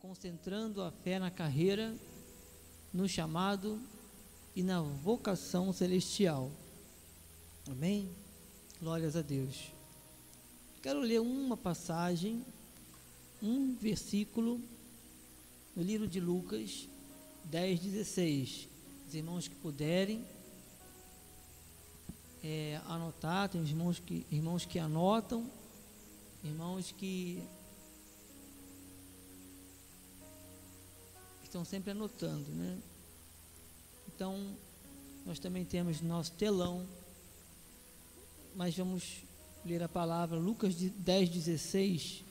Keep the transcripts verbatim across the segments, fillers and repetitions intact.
concentrando a fé na carreira, no chamado e na vocação celestial. Amém? Glórias a Deus. Quero ler uma passagem, um versículo no livro de Lucas dez, dezesseis. Os irmãos que puderem é, anotar, tem irmãos que, irmãos que anotam, irmãos que estão sempre anotando, né? Então, nós também temos nosso telão, mas vamos ler a palavra, Lucas dez, dezesseis.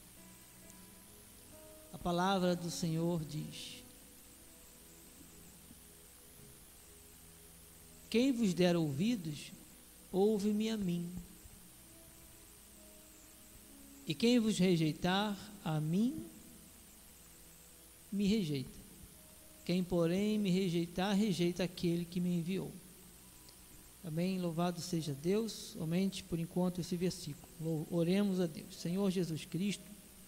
A palavra do Senhor diz: quem vos der ouvidos, ouve-me a mim. E quem vos rejeitar, a mim, me rejeita. Quem, porém, me rejeitar, rejeita aquele que me enviou. Amém? Louvado seja Deus. Somente por enquanto esse versículo. Oremos a Deus. Senhor Jesus Cristo,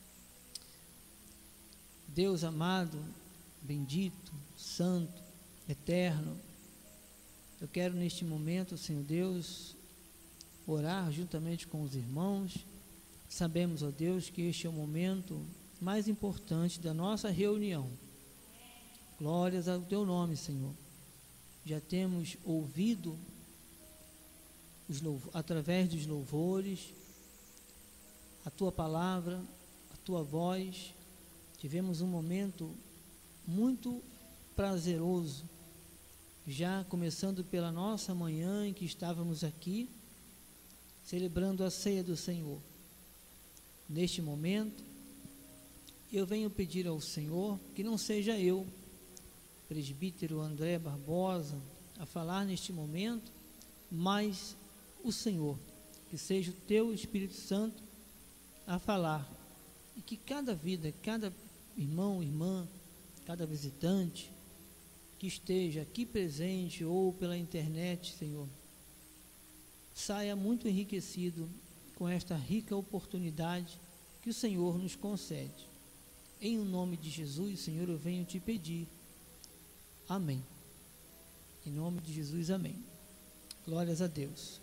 Deus amado, bendito, santo, eterno, eu quero neste momento, Senhor Deus, orar juntamente com os irmãos. Sabemos, ó Deus, que este é o momento mais importante da nossa reunião. Glórias ao teu nome, Senhor. Já temos ouvido os louv- através dos louvores a tua palavra, a tua voz. Tivemos um momento muito prazeroso, já começando pela nossa manhã em que estávamos aqui celebrando a ceia do Senhor. Neste momento, eu venho pedir ao Senhor que não seja eu, presbítero André Barbosa, a falar neste momento, mas o Senhor, que seja o teu Espírito Santo a falar, e que cada vida, cada irmão, irmã, cada visitante que esteja aqui presente ou pela internet, Senhor, saia muito enriquecido com esta rica oportunidade que o Senhor nos concede. Em nome de Jesus, Senhor, eu venho te pedir. Amém. Em nome de Jesus, amém. Glórias a Deus.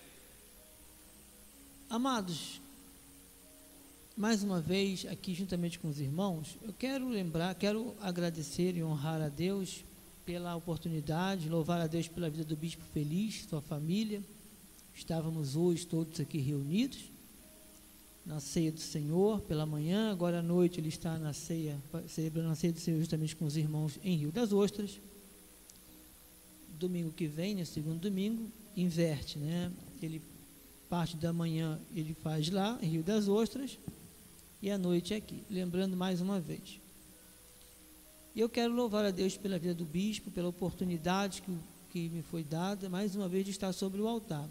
Amados, mais uma vez aqui juntamente com os irmãos, eu quero lembrar, quero agradecer e honrar a Deus pela oportunidade, louvar a Deus pela vida do Bispo Feliz, sua família. Estávamos hoje todos aqui reunidos na ceia do Senhor pela manhã, agora à noite ele está na ceia, celebrando a ceia do Senhor justamente com os irmãos em Rio das Ostras. Domingo que vem, no segundo domingo, inverte, né? Ele, parte da manhã ele faz lá em Rio das Ostras e à noite é aqui, lembrando mais uma vez. E eu quero louvar a Deus pela vida do bispo, pela oportunidade que, que me foi dada, mais uma vez, de estar sobre o altar.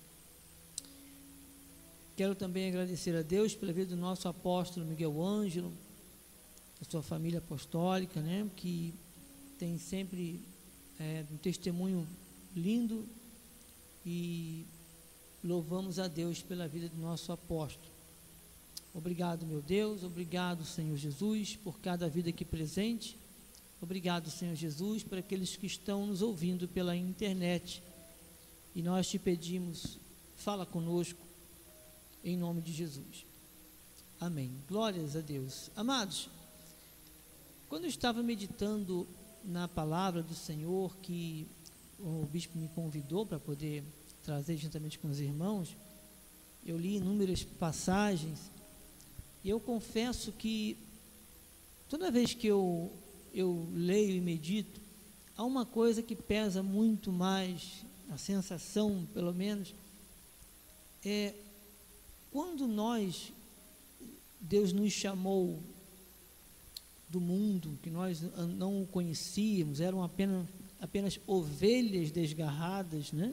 Quero também agradecer a Deus pela vida do nosso apóstolo Miguel Ângelo, da sua família apostólica, né, que tem sempre é, um testemunho lindo, e louvamos a Deus pela vida do nosso apóstolo. Obrigado, meu Deus, obrigado, Senhor Jesus, por cada vida aqui presente. Obrigado, Senhor Jesus, por aqueles que estão nos ouvindo pela internet. E nós te pedimos, fala conosco, em nome de Jesus. Amém. Glórias a Deus. Amados, quando eu estava meditando na palavra do Senhor, que o bispo me convidou para poder trazer juntamente com os irmãos, eu li inúmeras passagens, e eu confesso que toda vez que eu, eu leio e medito, há uma coisa que pesa muito mais, a sensação, pelo menos, é quando nós, Deus nos chamou do mundo, que nós não o conhecíamos, eram apenas, apenas ovelhas desgarradas, né?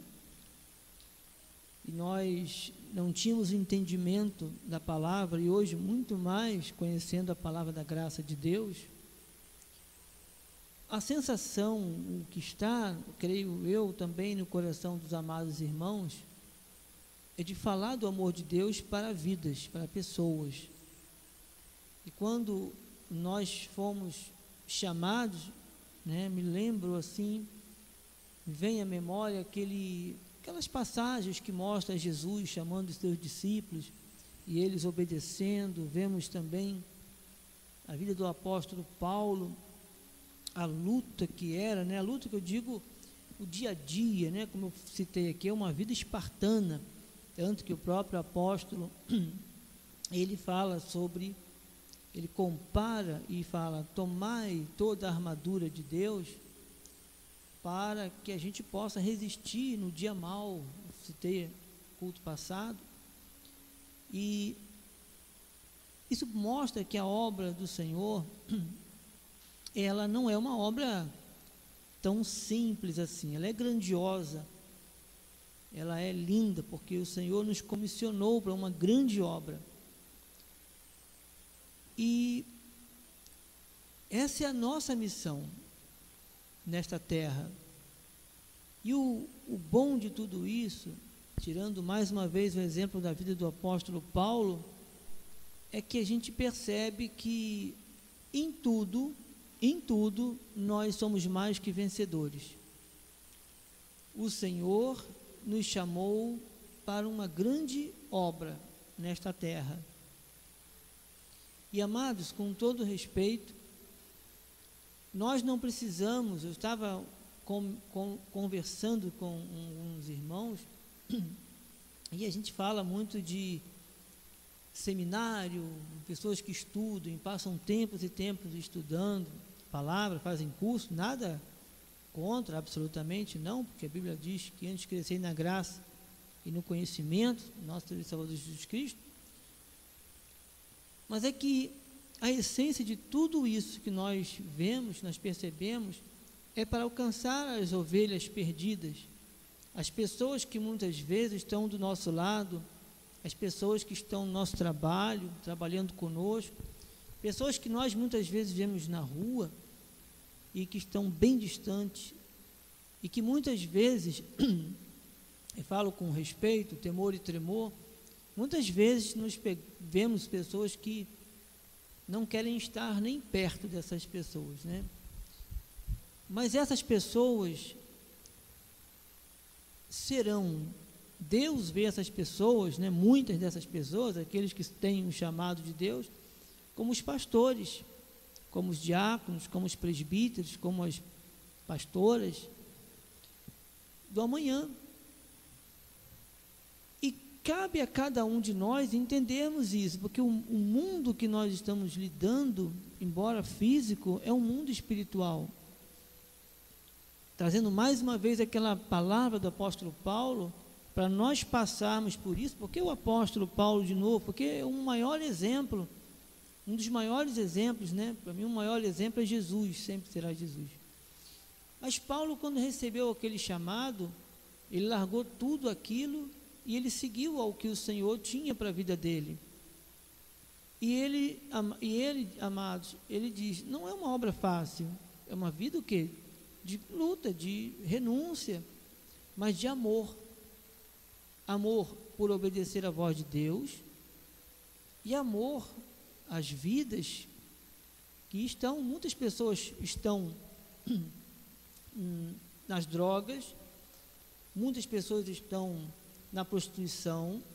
E nós não tínhamos o entendimento da palavra, e hoje muito mais conhecendo a palavra da graça de Deus. A sensação, o que está, creio eu, também no coração dos amados irmãos, é de falar do amor de Deus para vidas, para pessoas. E quando nós fomos chamados, né, me lembro assim, vem à memória aquele, aquelas passagens que mostram Jesus chamando os seus discípulos e eles obedecendo. Vemos também a vida do apóstolo Paulo, a luta que era, né, a luta que eu digo, o dia a dia, né, como eu citei aqui, é uma vida espartana, tanto que o próprio apóstolo, ele fala sobre, ele compara e fala, tomai toda a armadura de Deus, para que a gente possa resistir no dia mau. Citei culto passado, e isso mostra que a obra do Senhor, ela não é uma obra tão simples assim, ela é grandiosa, ela é linda, porque o Senhor nos comissionou para uma grande obra, e essa é a nossa missão nesta terra. E o, o bom de tudo isso, tirando mais uma vez o exemplo da vida do apóstolo Paulo, é que a gente percebe que em tudo, em tudo, nós somos mais que vencedores. O Senhor nos chamou para uma grande obra nesta terra. E amados, com todo respeito, nós não precisamos, eu estava com, com, conversando com uns irmãos, e a gente fala muito de seminário, pessoas que estudam, passam tempos e tempos estudando palavra, fazem curso, nada contra, absolutamente não, porque a Bíblia diz que antes de crescer na graça e no conhecimento, nosso Senhor e Salvador Jesus Cristo, mas é que a essência de tudo isso que nós vemos, nós percebemos, é para alcançar as ovelhas perdidas, as pessoas que muitas vezes estão do nosso lado, as pessoas que estão no nosso trabalho, trabalhando conosco, pessoas que nós muitas vezes vemos na rua e que estão bem distantes, e que muitas vezes, eu falo com respeito, temor e tremor, muitas vezes nos vemos pessoas que não querem estar nem perto dessas pessoas, né? Mas essas pessoas serão, Deus vê essas pessoas, né, muitas dessas pessoas, aqueles que têm o chamado de Deus, como os pastores, como os diáconos, como os presbíteros, como as pastoras do amanhã. E cabe a cada um de nós entendermos isso, porque o, o mundo que nós estamos lidando, embora físico, é um mundo espiritual. Trazendo mais uma vez aquela palavra do apóstolo Paulo, para nós passarmos por isso, porque o apóstolo Paulo, de novo, porque é um maior exemplo, um dos maiores exemplos, né? Para mim, o maior exemplo é Jesus, sempre será Jesus. Mas Paulo, quando recebeu aquele chamado, ele largou tudo aquilo e ele seguiu ao que o Senhor tinha para a vida dele. E ele, e ele, amados, ele diz, não é uma obra fácil, é uma vida o quê? De luta, de renúncia, mas de amor. Amor por obedecer à voz de Deus e amor às vidas que estão, muitas pessoas estão nas drogas, muitas pessoas estão na prostituição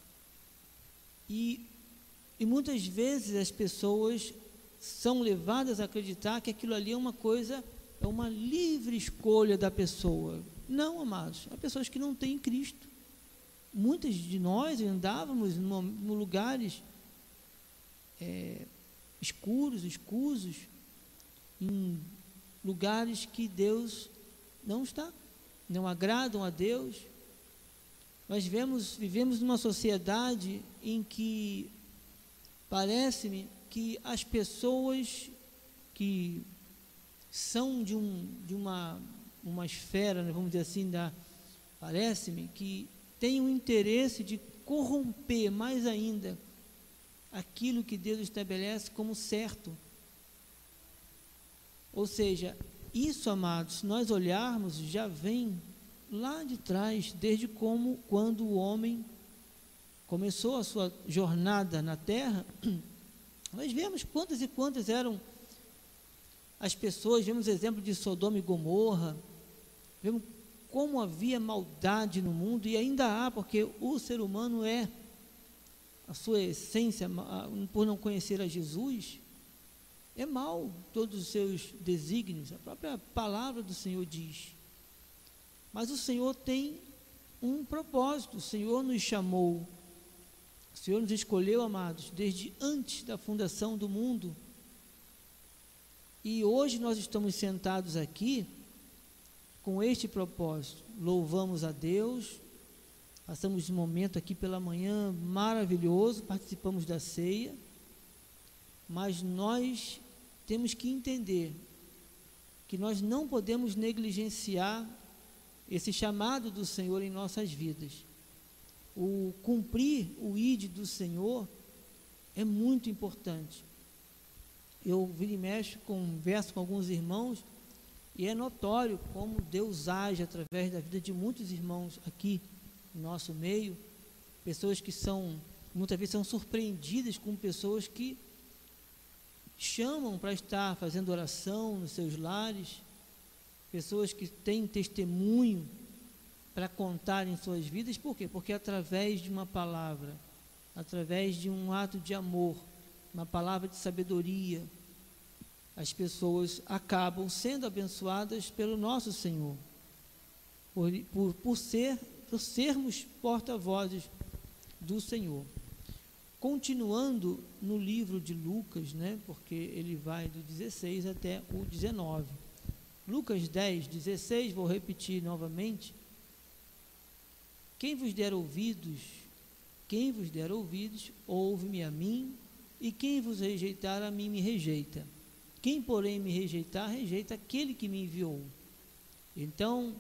e, e muitas vezes as pessoas são levadas a acreditar que aquilo ali é uma coisa, é uma livre escolha da pessoa. Não, amados, há pessoas que não têm Cristo. Muitas de nós andávamos em lugares é, escuros, escusos, em lugares que Deus não está, não agradam a Deus. Nós vivemos, vivemos numa sociedade em que parece-me que as pessoas que são de, um, de uma, uma esfera, né, vamos dizer assim, da, parece-me que tem o interesse de corromper mais ainda aquilo que Deus estabelece como certo. Ou seja, isso, amados, se nós olharmos, já vem lá de trás, desde como quando o homem começou a sua jornada na terra, Nós vemos quantas e quantas eram as pessoas, vemos exemplo de Sodoma e Gomorra, vemos como havia maldade no mundo, e ainda há, porque o ser humano é, a sua essência, por não conhecer a Jesus, é mau, todos os seus desígnios, a própria palavra do Senhor diz. Mas o Senhor tem um propósito, o Senhor nos chamou, o Senhor nos escolheu, amados, desde antes da fundação do mundo. E hoje nós estamos sentados aqui com este propósito. Louvamos a Deus, passamos um momento aqui pela manhã maravilhoso, participamos da ceia, mas nós temos que entender que nós não podemos negligenciar esse chamado do Senhor em nossas vidas. O cumprir o ide do Senhor é muito importante. Eu viro e mexo, converso com alguns irmãos, e é notório como Deus age através da vida de muitos irmãos aqui no nosso meio, pessoas que são, muitas vezes são surpreendidas com pessoas que chamam para estar fazendo oração nos seus lares, pessoas que têm testemunho para contar em suas vidas. Por quê? Porque através de uma palavra, através de um ato de amor, uma palavra de sabedoria, as pessoas acabam sendo abençoadas pelo nosso Senhor, por, por, por, ser, por sermos porta-vozes do Senhor. Continuando no livro de Lucas, né, porque ele vai do dezesseis até o dezenove. Lucas dez, dezesseis, vou repetir novamente. Quem vos der ouvidos, quem vos der ouvidos, ouve-me a mim, e quem vos rejeitar, a mim me rejeita. Quem, porém, me rejeitar, rejeita aquele que me enviou. Então,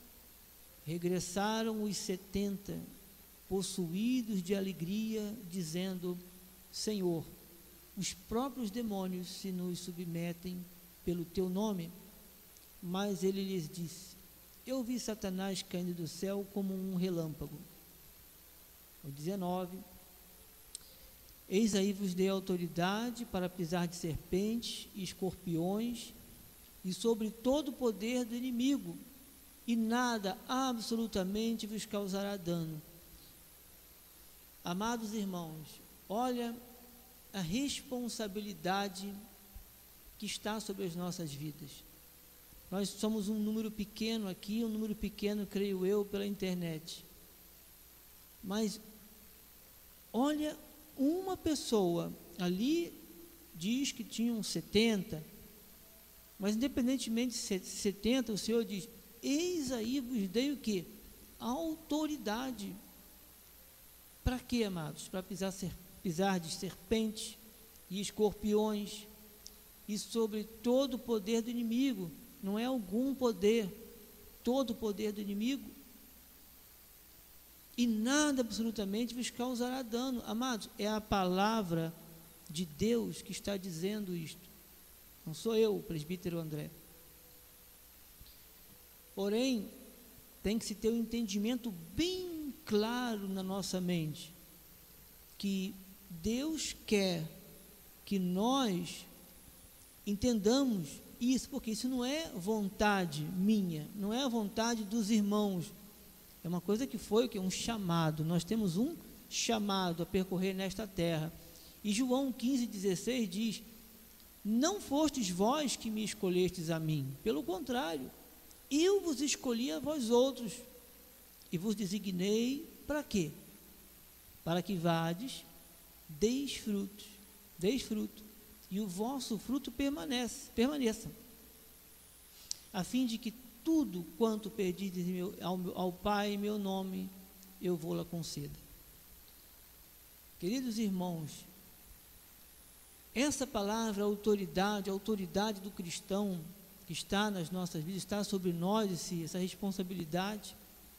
regressaram os setenta, possuídos de alegria, dizendo: Senhor, os próprios demônios se nos submetem pelo teu nome. Mas ele lhes disse: eu vi Satanás caindo do céu como um relâmpago. O dezenove: eis aí vos dei autoridade para pisar de serpentes e escorpiões e sobre todo o poder do inimigo, e nada absolutamente vos causará dano. Amados irmãos, olha a responsabilidade que está sobre as nossas vidas. Nós somos um número pequeno aqui, um número pequeno, creio eu, pela internet. Mas olha, uma pessoa ali diz que tinham setenta, mas independentemente de setenta, o Senhor diz: eis aí vos dei o quê? Autoridade. Para quê, amados? Para pisar, pisar de serpentes e escorpiões e sobre todo o poder do inimigo. Não é algum poder, todo o poder do inimigo, e nada absolutamente vos causará dano. Amados, é a palavra de Deus que está dizendo isto, não sou eu, o presbítero André. Porém, tem que se ter um entendimento bem claro na nossa mente, que Deus quer que nós entendamos isso, porque isso não é vontade minha, não é a vontade dos irmãos, é uma coisa que foi que é um chamado. Nós temos um chamado a percorrer nesta terra. E João quinze, dezesseis diz: não fostes vós que me escolhestes a mim, pelo contrário, eu vos escolhi a vós outros, e vos designei para quê? Para que vades, deis frutos, deis fruto, e o vosso fruto permanece, permaneça, a fim de que tudo quanto pedides meu, ao, ao Pai em meu nome, eu vou-la conceda. Queridos irmãos, essa palavra autoridade, a autoridade do cristão que está nas nossas vidas, está sobre nós, esse, essa responsabilidade,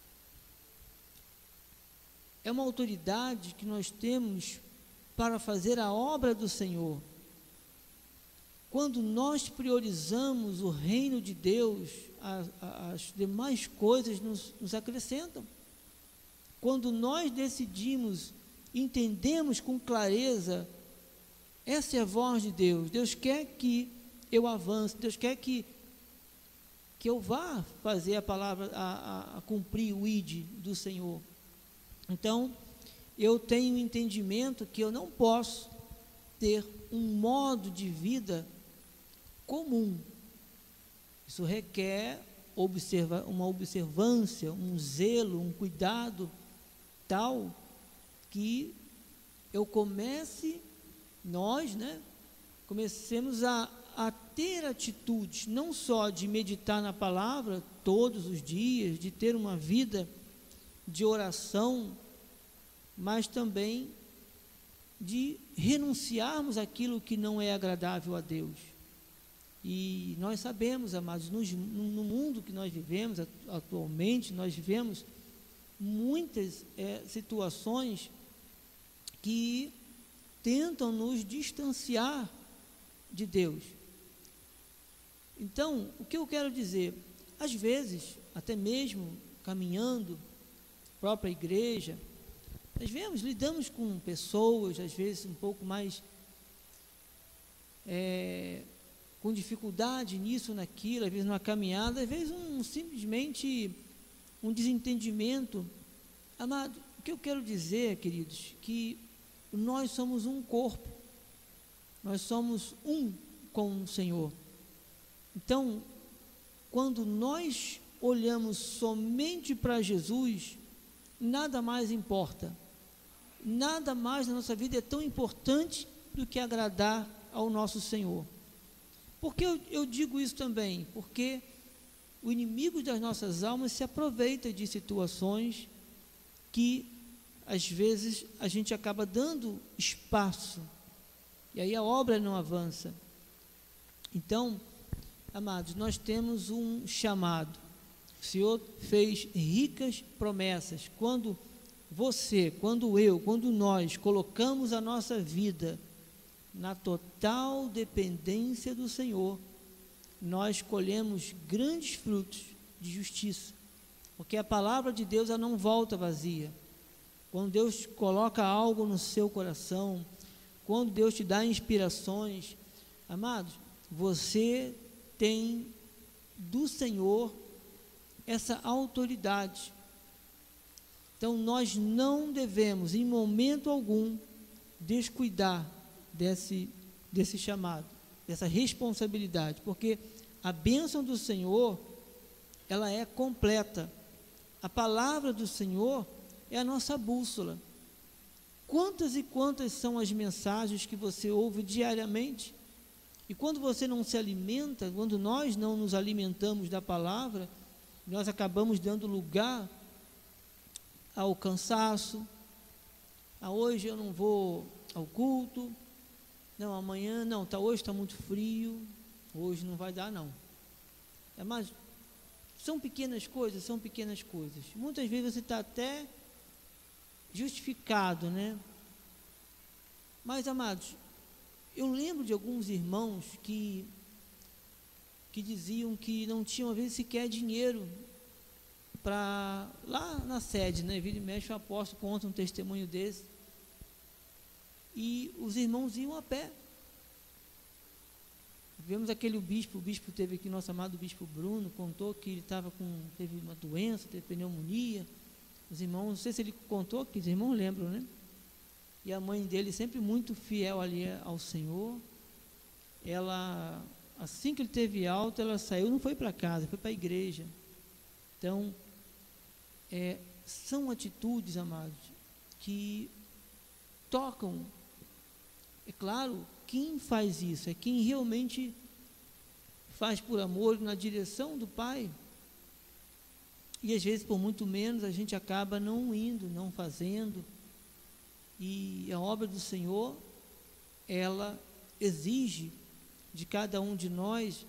é uma autoridade que nós temos para fazer a obra do Senhor. Quando nós priorizamos o reino de Deus, a, a, as demais coisas nos, nos acrescentam. Quando nós decidimos, entendemos com clareza Essa é a voz de Deus. Deus quer que eu avance, Deus quer que, que eu vá fazer a palavra, a, a, a cumprir o I D do Senhor. Então, eu tenho entendimento que eu não posso ter um modo de vida comum. Isso requer observa, uma observância, um zelo, um cuidado tal que eu comece, nós, né, comecemos a, a ter atitudes, não só de meditar na palavra todos os dias, de ter uma vida de oração, mas também de renunciarmos àquilo que não é agradável a Deus. E nós sabemos, amados, no, no mundo que nós vivemos atualmente, nós vivemos muitas é, situações que tentam nos distanciar de Deus. Então, o que eu quero dizer? Às vezes, até mesmo caminhando, própria igreja, às vezes lidamos com pessoas, às vezes um pouco mais é, com dificuldade nisso, naquilo, às vezes numa caminhada, às vezes um, simplesmente um desentendimento. Amado, o que eu quero dizer, queridos, que nós somos um corpo, nós somos um com o Senhor. Então, quando nós olhamos somente para Jesus, nada mais importa, nada mais na nossa vida é tão importante do que agradar ao nosso Senhor. Por que eu, eu digo isso também? Porque o inimigo das nossas almas se aproveita de situações que às vezes a gente acaba dando espaço, e aí a obra não avança. Então, amados, nós temos um chamado. O Senhor fez ricas promessas. Quando você, quando eu, quando nós colocamos a nossa vida na total dependência do Senhor, nós colhemos grandes frutos de justiça, porque a palavra de Deus ela não volta vazia. Quando Deus coloca algo no seu coração, quando Deus te dá inspirações, amados, você tem do Senhor essa autoridade. Então nós não devemos em momento algum descuidar desse, desse chamado, dessa responsabilidade, porque a bênção do Senhor ela é completa. A palavra do Senhor é a nossa bússola. Quantas e quantas são as mensagens que você ouve diariamente? E quando você não se alimenta, quando nós não nos alimentamos da palavra, nós acabamos dando lugar ao cansaço. Ah, hoje eu não vou ao culto. Não, amanhã não, tá, hoje está muito frio. Hoje não vai dar não. É, mas são pequenas coisas, são pequenas coisas. Muitas vezes você está até justificado, né? Mas, amados, eu lembro de alguns irmãos que, que diziam que não tinham, às vezes, sequer dinheiro para, lá na sede, né? Vira e mexe, o apóstolo conta um testemunho desse. E os irmãos iam a pé. Vemos aquele bispo, o bispo teve aqui, nosso amado bispo Bruno, contou que ele estava com, teve uma doença, teve pneumonia. Os irmãos, não sei se ele contou, que os irmãos lembram, né? E a mãe dele, sempre muito fiel ali ao Senhor, ela, assim que ele teve alta, ela saiu, não foi para casa, foi para a igreja. Então, é, são atitudes, amados, que tocam. É claro, quem faz isso é quem realmente faz por amor, na direção do Pai. E às vezes, por muito menos, a gente acaba não indo, não fazendo. E a obra do Senhor, ela exige de cada um de nós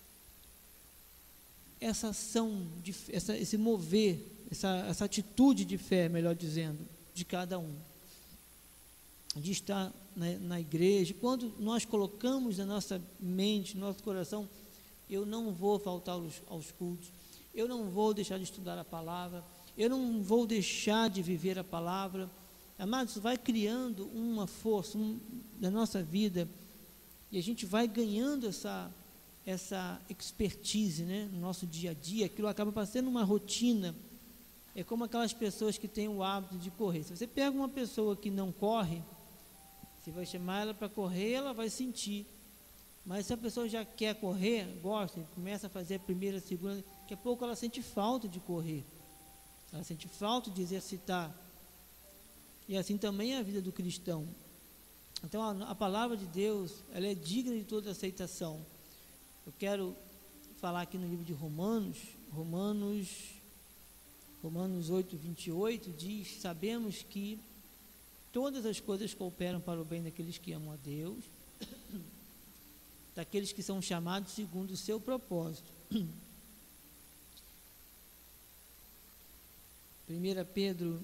essa ação, de, essa, esse mover, essa, essa atitude de fé, melhor dizendo, de cada um. De estar na, na igreja, quando nós colocamos na nossa mente, no nosso coração, eu não vou faltar aos, aos cultos, eu não vou deixar de estudar a palavra, eu não vou deixar de viver a palavra, Amados, isso vai criando uma força um, na nossa vida, e a gente vai ganhando essa, essa expertise, né, no nosso dia a dia. Aquilo acaba parecendo uma rotina. É como aquelas pessoas que têm o hábito de correr. Se você pega uma pessoa que não corre, você vai chamar ela para correr, ela vai sentir. Mas se a pessoa já quer correr, gosta, começa a fazer a primeira, a segunda, daqui a pouco ela sente falta de correr. Ela sente falta de exercitar. E assim também é a vida do cristão. Então a, a palavra de Deus, ela é digna de toda aceitação. Eu quero falar aqui no livro de Romanos, Romanos, Romanos oito, vinte e oito, diz: sabemos que todas as coisas cooperam para o bem daqueles que amam a Deus, daqueles que são chamados segundo o seu propósito. primeira Pedro,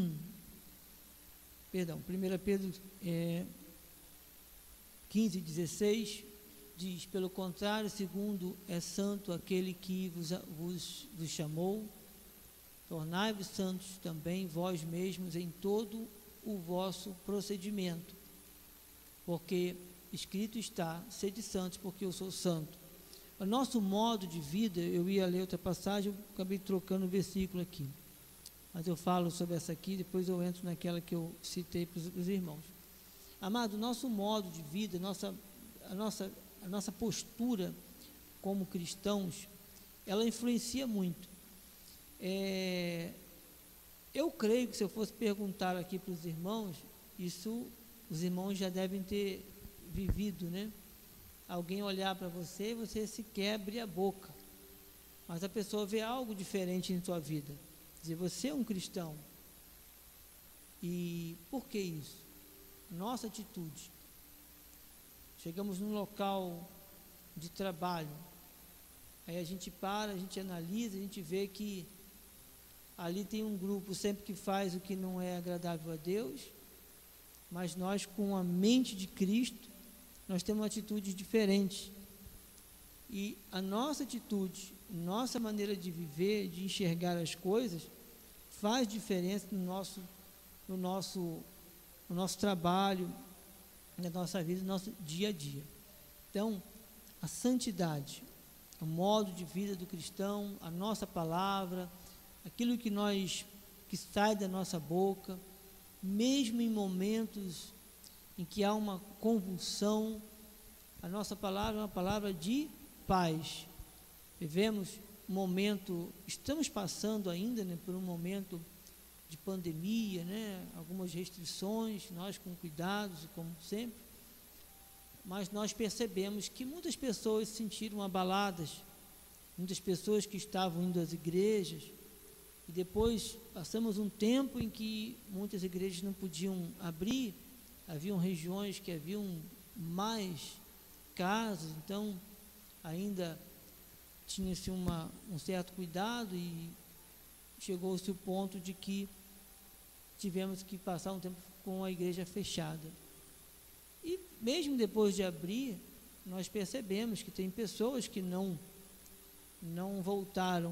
perdão, primeira Pedro é, quinze, dezesseis, diz: pelo contrário, segundo é santo aquele que vos, vos, vos chamou, tornai-vos santos também vós mesmos em todo o vosso procedimento, porque escrito está: sede santos, porque eu sou santo. O nosso modo de vida, eu ia ler outra passagem, eu acabei trocando o versículo aqui, mas eu falo sobre essa aqui, depois eu entro naquela que eu citei para os irmãos. Amado, o nosso modo de vida, nossa, a, nossa, a nossa postura como cristãos, ela influencia muito. É, eu creio que se eu fosse perguntar aqui para os irmãos, isso os irmãos já devem ter vivido, né? Alguém olhar para você e você sequer abrir a boca, mas a pessoa vê algo diferente em sua vida, dizer: você é um cristão. E por que isso? Nossa atitude. Chegamos num local de trabalho, aí a gente para, a gente analisa, a gente vê que ali tem um grupo sempre que faz o que não é agradável a Deus, mas nós, com a mente de Cristo, nós temos uma atitude diferente. E a nossa atitude, nossa maneira de viver, de enxergar as coisas, faz diferença no nosso, no nosso, no nosso trabalho, na nossa vida, no nosso dia a dia. Então, a santidade, o modo de vida do cristão, a nossa palavra, aquilo que nós, que sai da nossa boca, mesmo em momentos em que há uma convulsão, a nossa palavra é uma palavra de paz. Vivemos um momento, estamos passando ainda, né, por um momento de pandemia, né, algumas restrições, nós com cuidados, como sempre, mas nós percebemos que muitas pessoas se sentiram abaladas, muitas pessoas que estavam indo às igrejas, e depois passamos um tempo em que muitas igrejas não podiam abrir, haviam regiões que haviam mais casos, então ainda tinha-se uma, um certo cuidado, e chegou-se o ponto de que tivemos que passar um tempo com a igreja fechada. E mesmo depois de abrir, nós percebemos que tem pessoas que não, não voltaram.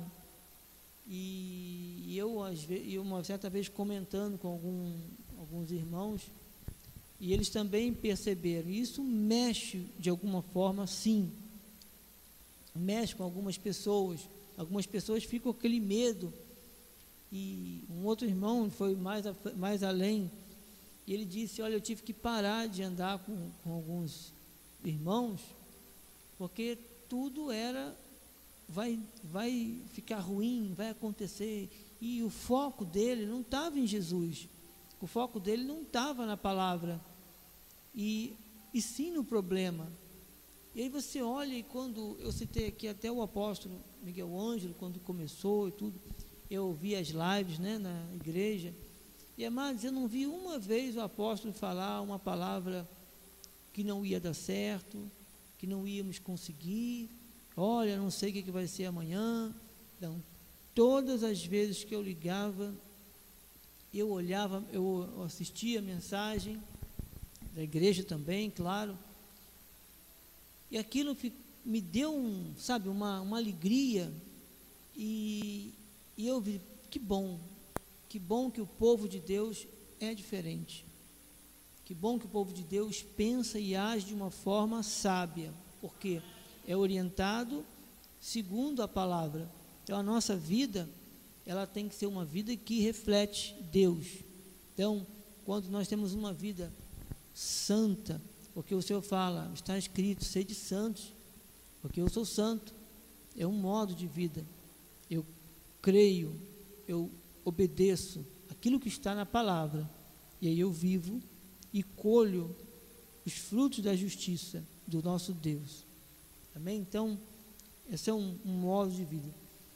E eu, às vezes, eu uma certa vez comentando com algum, alguns irmãos, e eles também perceberam, e isso mexe de alguma forma, sim, mexe com algumas pessoas, algumas pessoas ficam com aquele medo. E um outro irmão foi mais, a, mais além, e ele disse: olha, eu tive que parar de andar com, com alguns irmãos, porque tudo era, vai, vai ficar ruim, vai acontecer, e o foco dele não estava em Jesus, o foco dele não estava na palavra, e, e sim no problema. E aí você olha, e quando eu citei aqui até o apóstolo Miguel Ângelo, quando começou e tudo, eu ouvi as lives, né, na igreja, e amados, eu não vi uma vez o apóstolo falar uma palavra que não ia dar certo, que não íamos conseguir, olha, não sei o que, que vai ser amanhã. Então, todas as vezes que eu ligava, eu olhava, eu assistia a mensagem da igreja também, claro, e aquilo me deu um, sabe, uma, uma alegria, e, e eu vi, que bom, que bom que o povo de Deus é diferente. Que bom que o povo de Deus pensa e age de uma forma sábia, porque é orientado segundo a palavra. Então a nossa vida, ela tem que ser uma vida que reflete Deus. Então, quando nós temos uma vida santa, porque o Senhor fala, está escrito, sede santos, porque eu sou santo, é um modo de vida. Eu creio, eu obedeço aquilo que está na palavra, e aí eu vivo e colho os frutos da justiça do nosso Deus. Amém? Então, esse é um, um modo de vida.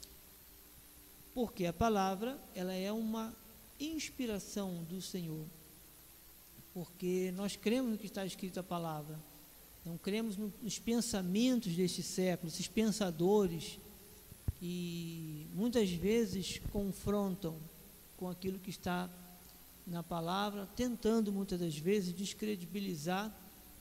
Porque a palavra, ela é uma inspiração do Senhor. Porque nós cremos no que está escrito a palavra. Não cremos no, nos pensamentos deste século, esses pensadores que muitas vezes confrontam com aquilo que está na palavra, tentando muitas das vezes descredibilizar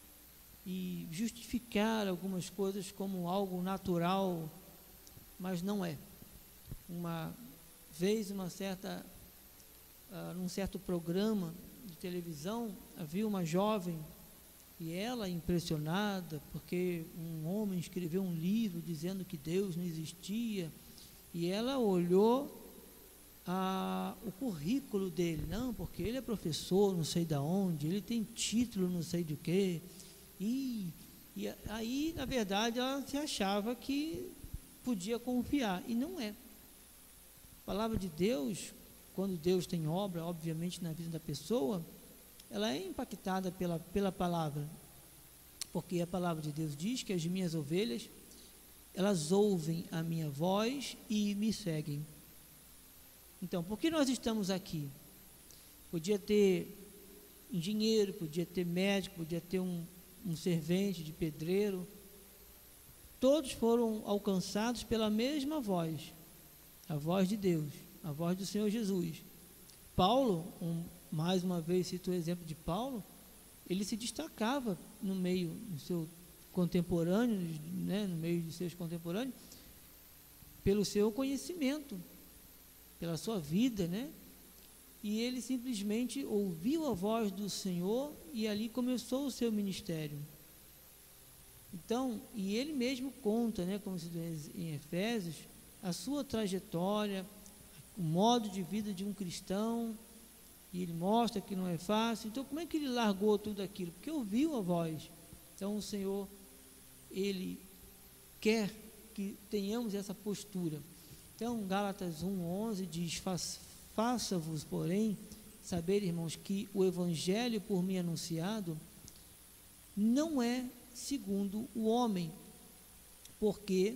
e justificar algumas coisas como algo natural, mas não é. Uma vez, uma certa, uh, num certo programa de televisão, havia uma jovem e ela, impressionada, porque um homem escreveu um livro dizendo que Deus não existia, e ela olhou a, o currículo dele, não, porque ele é professor, não sei de onde, ele tem título, não sei de quê, e, e aí, na verdade, ela se achava que podia confiar, e não é. A palavra de Deus, quando Deus tem obra, obviamente, na vida da pessoa, ela é impactada pela, pela palavra, porque a palavra de Deus diz que as minhas ovelhas, elas ouvem a minha voz e me seguem. Então, por que nós estamos aqui? Podia ter engenheiro, podia ter médico, podia ter um, um servente de pedreiro, todos foram alcançados pela mesma voz, a voz de Deus, a voz do Senhor Jesus. Paulo, um, mais uma vez cito o exemplo de Paulo, ele se destacava no meio do seu contemporâneo, né, no meio de seus contemporâneos, pelo seu conhecimento, pela sua vida, né? E ele simplesmente ouviu a voz do Senhor e ali começou o seu ministério. Então, e ele mesmo conta, né, como se diz em Efésios, a sua trajetória, o modo de vida de um cristão, e ele mostra que não é fácil. Então, como é que ele largou tudo aquilo? Porque ouviu a voz. Então, o Senhor, ele quer que tenhamos essa postura. Então, Gálatas um, onze diz, faça-vos, porém, saber, irmãos, que o evangelho por mim anunciado não é segundo o homem, porque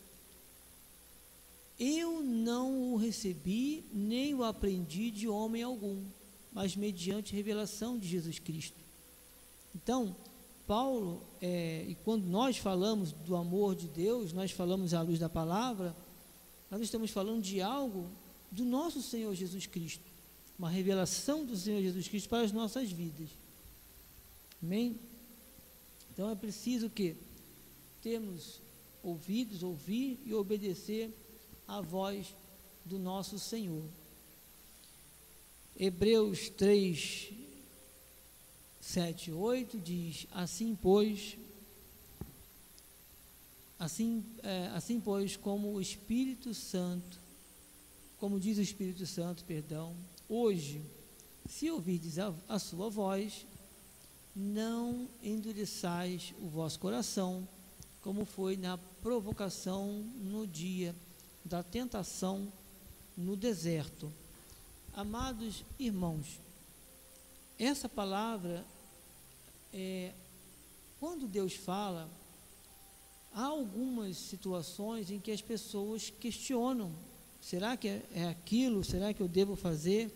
eu não o recebi, nem o aprendi de homem algum, mas mediante revelação de Jesus Cristo. Então, Paulo, é, e quando nós falamos do amor de Deus, nós falamos à luz da palavra, nós estamos falando de algo do nosso Senhor Jesus Cristo, uma revelação do Senhor Jesus Cristo para as nossas vidas. Amém? Então é preciso que temos ouvidos, ouvir e obedecer à voz do nosso Senhor. Hebreus três, sete, oito diz, assim pois, assim, é, assim pois como o Espírito Santo, como diz o Espírito Santo, perdão, hoje, se ouvirdes a, a sua voz, não endureçais o vosso coração, como foi na provocação no dia da tentação no deserto. Amados irmãos, essa palavra, é, quando Deus fala, há algumas situações em que as pessoas questionam, será que é, é aquilo, será que eu devo fazer?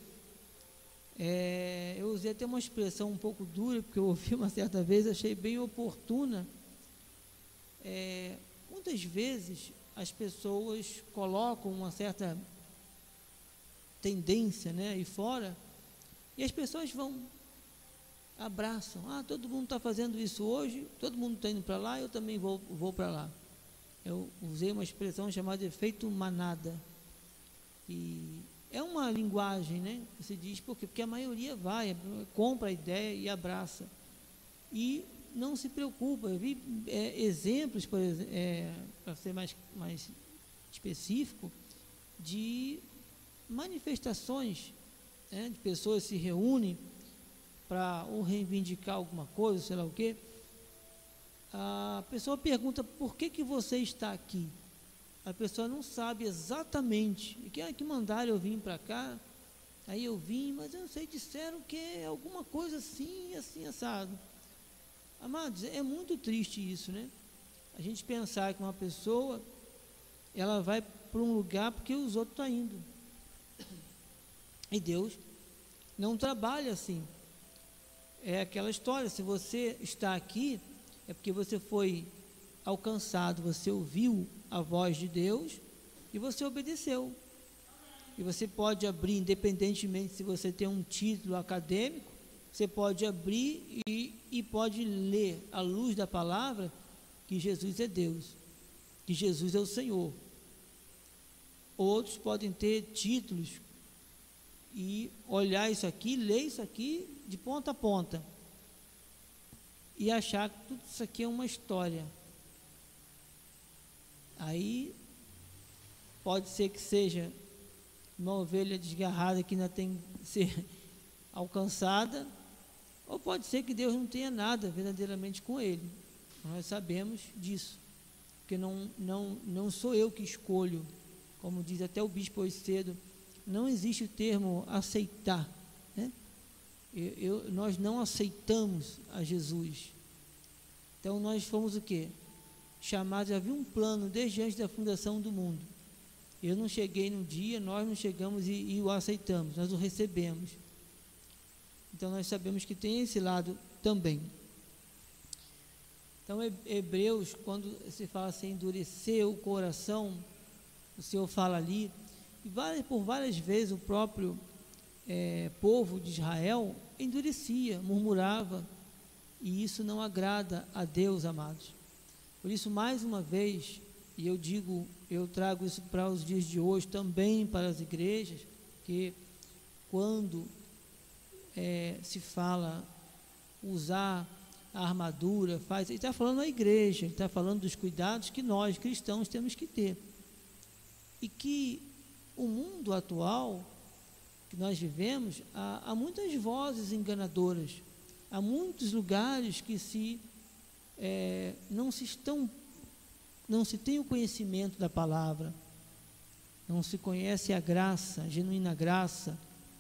É, eu usei até uma expressão um pouco dura, porque eu ouvi uma certa vez, achei bem oportuna. É, muitas vezes as pessoas colocam uma certa tendência, né, aí fora, e as pessoas vão, abraçam, ah, todo mundo está fazendo isso hoje, todo mundo está indo para lá, eu também vou, vou para lá. Eu usei uma expressão chamada efeito manada, e é uma linguagem, né? Você diz, por quê? Porque a maioria vai, compra a ideia e abraça. E não se preocupa. Eu vi é, exemplos, por exemplo, é, para ser mais, mais específico, de manifestações, né, de pessoas se reúnem para ou reivindicar alguma coisa, sei lá o quê. A pessoa pergunta, por que que você está aqui? A pessoa não sabe exatamente, que, ah, que mandaram eu vim para cá, aí eu vim, mas eu não sei, disseram que é alguma coisa assim, assim, assado. Amados, é muito triste isso, né? A gente pensar que uma pessoa, ela vai para um lugar porque os outros estão indo. E Deus não trabalha assim. É aquela história, se você está aqui, é porque você foi alcançado, você ouviu a voz de Deus e você obedeceu. E você pode abrir, independentemente se você tem um título acadêmico, você pode abrir e, e pode ler à luz da palavra que Jesus é Deus, que Jesus é o Senhor. Outros podem ter títulos e olhar isso aqui, ler isso aqui de ponta a ponta e achar que tudo isso aqui é uma história. Aí pode ser que seja uma ovelha desgarrada que ainda tem que ser alcançada, ou pode ser que Deus não tenha nada verdadeiramente com ele. Nós sabemos disso, porque não, não, não sou eu que escolho, como diz até o bispo hoje cedo, não existe o termo aceitar, né? Eu, eu, nós não aceitamos a Jesus. Então nós fomos o quê? Chamados, havia um plano desde antes da fundação do mundo. Eu não cheguei num dia, nós não chegamos e, e o aceitamos, nós o recebemos. Então nós sabemos que tem esse lado também. Então Hebreus, quando se fala assim, endurecer o coração, o Senhor fala ali, e várias, por várias vezes o próprio é, povo de Israel endurecia, murmurava, e isso não agrada a Deus, amados. Por isso, mais uma vez, e eu digo, eu trago isso para os dias de hoje, também para as igrejas, que quando é, se fala usar a armadura, faz, ele está falando à igreja, ele está falando dos cuidados que nós, cristãos, temos que ter. E que o mundo atual que nós vivemos, há, há muitas vozes enganadoras, há muitos lugares que se é, não se estão, não se tem o conhecimento da palavra, não se conhece a graça, a genuína graça,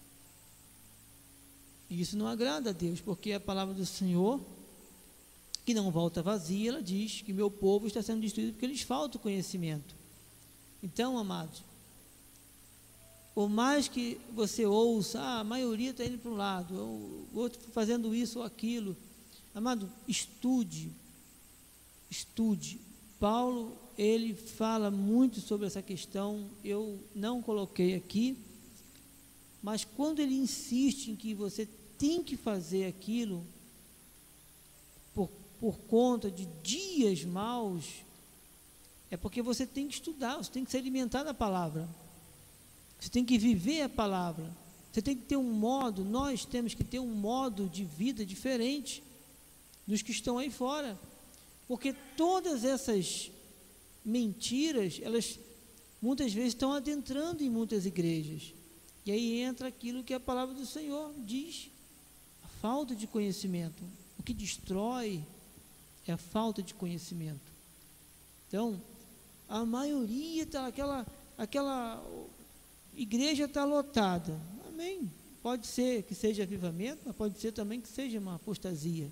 e isso não agrada a Deus, porque a palavra do Senhor, que não volta vazia, ela diz que meu povo está sendo destruído porque lhes falta o conhecimento. Então, amados, por mais que você ouça, ah, a maioria está indo para um lado, o outro fazendo isso ou aquilo, amado, estude, estude. Paulo, ele fala muito sobre essa questão, eu não coloquei aqui, mas quando ele insiste em que você tem que fazer aquilo, por, por conta de dias maus, é porque você tem que estudar, você tem que se alimentar da palavra, você tem que viver a palavra, você tem que ter um modo, nós temos que ter um modo de vida diferente dos que estão aí fora, porque todas essas mentiras, elas muitas vezes estão adentrando em muitas igrejas, e aí entra aquilo que a palavra do Senhor diz, a falta de conhecimento, o que destrói é a falta de conhecimento. Então, a maioria está, aquela, aquela igreja está lotada, amém, pode ser que seja avivamento, mas pode ser também que seja uma apostasia.